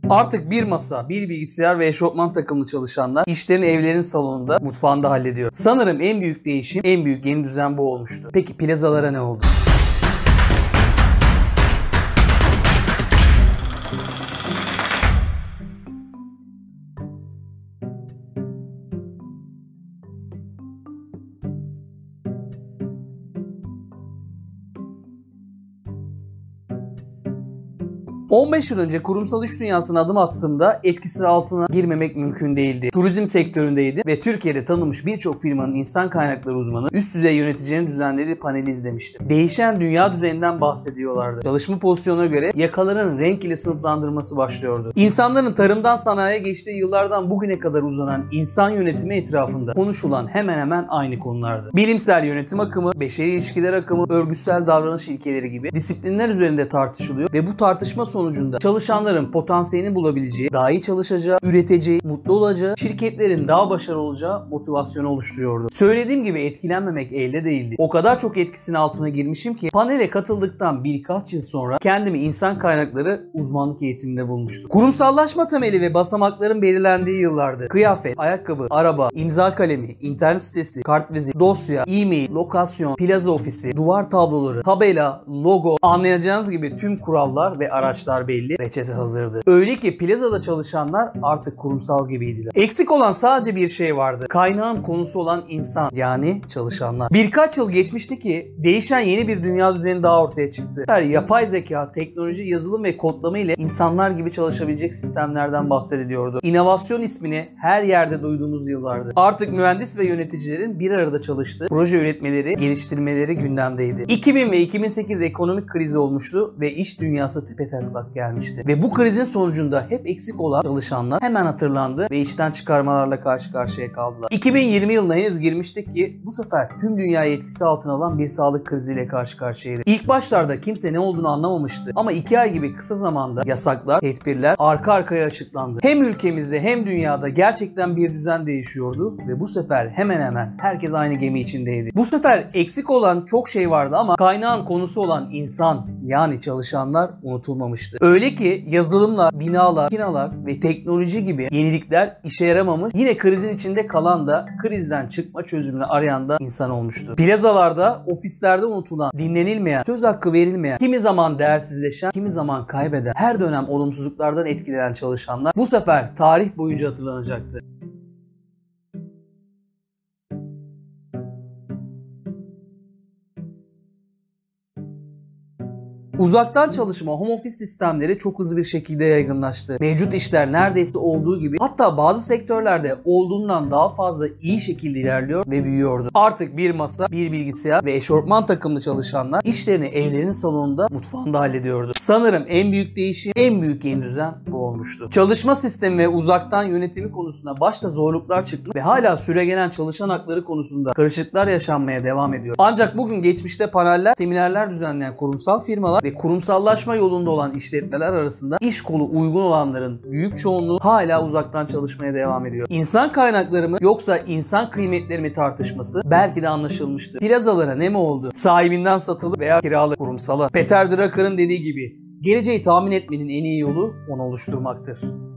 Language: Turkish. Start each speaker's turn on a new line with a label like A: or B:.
A: Artık bir masa, bir bilgisayar ve eşofman takımlı çalışanlar işlerini evlerin salonunda, mutfağında hallediyor. Sanırım en büyük değişim, en büyük yeni düzen bu olmuştu. Peki plazalara ne oldu? 15 yıl önce kurumsal iş dünyasına adım attığımda etkisi altına girmemek mümkün değildi. Turizm sektöründeydi ve Türkiye'de tanınmış birçok firmanın insan kaynakları uzmanı üst düzey yöneticilerin düzenlediği paneli izlemiştim. Değişen dünya düzeninden bahsediyorlardı. Çalışma pozisyonuna göre yakaların renk ile sınıflandırması başlıyordu. İnsanların tarımdan sanayiye geçtiği yıllardan bugüne kadar uzanan insan yönetimi etrafında konuşulan hemen hemen aynı konulardı. Bilimsel yönetim akımı, beşeri ilişkiler akımı, örgütsel davranış ilkeleri gibi disiplinler üzerinde tartışılıyor ve bu tartışma sonucunda çalışanların potansiyelini bulabileceği, daha iyi çalışacağı, üreteceği, mutlu olacağı, şirketlerin daha başarılı olacağı motivasyonu oluşturuyordu. Söylediğim gibi etkilenmemek elde değildi. O kadar çok etkisinin altına girmişim ki panele katıldıktan birkaç yıl sonra kendimi insan kaynakları uzmanlık eğitiminde bulmuştum. Kurumsallaşma temeli ve basamakların belirlendiği yıllardı. Kıyafet, ayakkabı, araba, imza kalemi, internet sitesi, kartvizit, dosya, e-mail, lokasyon, plaza ofisi, duvar tabloları, tabela, logo, anlayacağınız gibi tüm kurallar ve araçlar belli, reçete hazırdı. Öyle ki plazada çalışanlar artık kurumsal gibiydiler. Eksik olan sadece bir şey vardı. Kaynağın konusu olan insan, yani çalışanlar. Birkaç yıl geçmişti ki değişen yeni bir dünya düzeni daha ortaya çıktı. Yapay zeka, teknoloji, yazılım ve kodlama ile insanlar gibi çalışabilecek sistemlerden bahsediliyordu. İnovasyon ismini her yerde duyduğumuz yıllardı. Artık mühendis ve yöneticilerin bir arada çalıştığı, proje üretmeleri, geliştirmeleri gündemdeydi. 2000 ve 2008 ekonomik krizi olmuştu ve iş dünyası tepetaklak gelmişti. Ve bu krizin sonucunda hep eksik olan çalışanlar hemen hatırlandı ve işten çıkarmalarla karşı karşıya kaldılar. 2020 yılına henüz girmiştik ki bu sefer tüm dünyayı etkisi altına alan bir sağlık kriziyle karşı karşıyaydı. İlk başlarda kimse ne olduğunu anlamamıştı ama 2 ay gibi kısa zamanda yasaklar, tedbirler arka arkaya açıklandı. Hem ülkemizde hem dünyada gerçekten bir düzen değişiyordu ve bu sefer hemen hemen herkes aynı gemi içindeydi. Bu sefer eksik olan çok şey vardı ama kaynağın konusu olan insan, yani çalışanlar unutulmamıştı. Öyle ki yazılımlar, binalar, makinalar ve teknoloji gibi yenilikler işe yaramamış. Yine krizin içinde kalan da krizden çıkma çözümünü arayan da insan olmuştu. Plazalarda, ofislerde unutulan, dinlenilmeyen, söz hakkı verilmeyen, kimi zaman değersizleşen, kimi zaman kaybeden, her dönem olumsuzluklardan etkilenen çalışanlar bu sefer tarih boyunca hatırlanacaktı. Uzaktan çalışma, home office sistemleri çok hızlı bir şekilde yaygınlaştı. Mevcut işler neredeyse olduğu gibi, hatta bazı sektörlerde olduğundan daha fazla iyi şekilde ilerliyor ve büyüyordu. Artık bir masa, bir bilgisayar ve eşofman takımlı çalışanlar işlerini evlerinin salonunda, mutfağında hallediyordu. Sanırım en büyük değişim, en büyük yeni düzen bu olmuştu. Çalışma sistemi ve uzaktan yönetimi konusunda başta zorluklar çıktı ve hala süregelen çalışan hakları konusunda karışıklıklar yaşanmaya devam ediyor. Ancak bugün geçmişte paneller, seminerler düzenleyen kurumsal firmalar ve kurumsallaşma yolunda olan işletmeler arasında iş kolu uygun olanların büyük çoğunluğu hala uzaktan çalışmaya devam ediyor. İnsan kaynakları mı yoksa insan kıymetleri mi tartışması belki de anlaşılmıştır. Plazalara ne mi oldu? Sahibinden satılık veya kiralık kurumsala. Peter Drucker'ın dediği gibi geleceği tahmin etmenin en iyi yolu onu oluşturmaktır.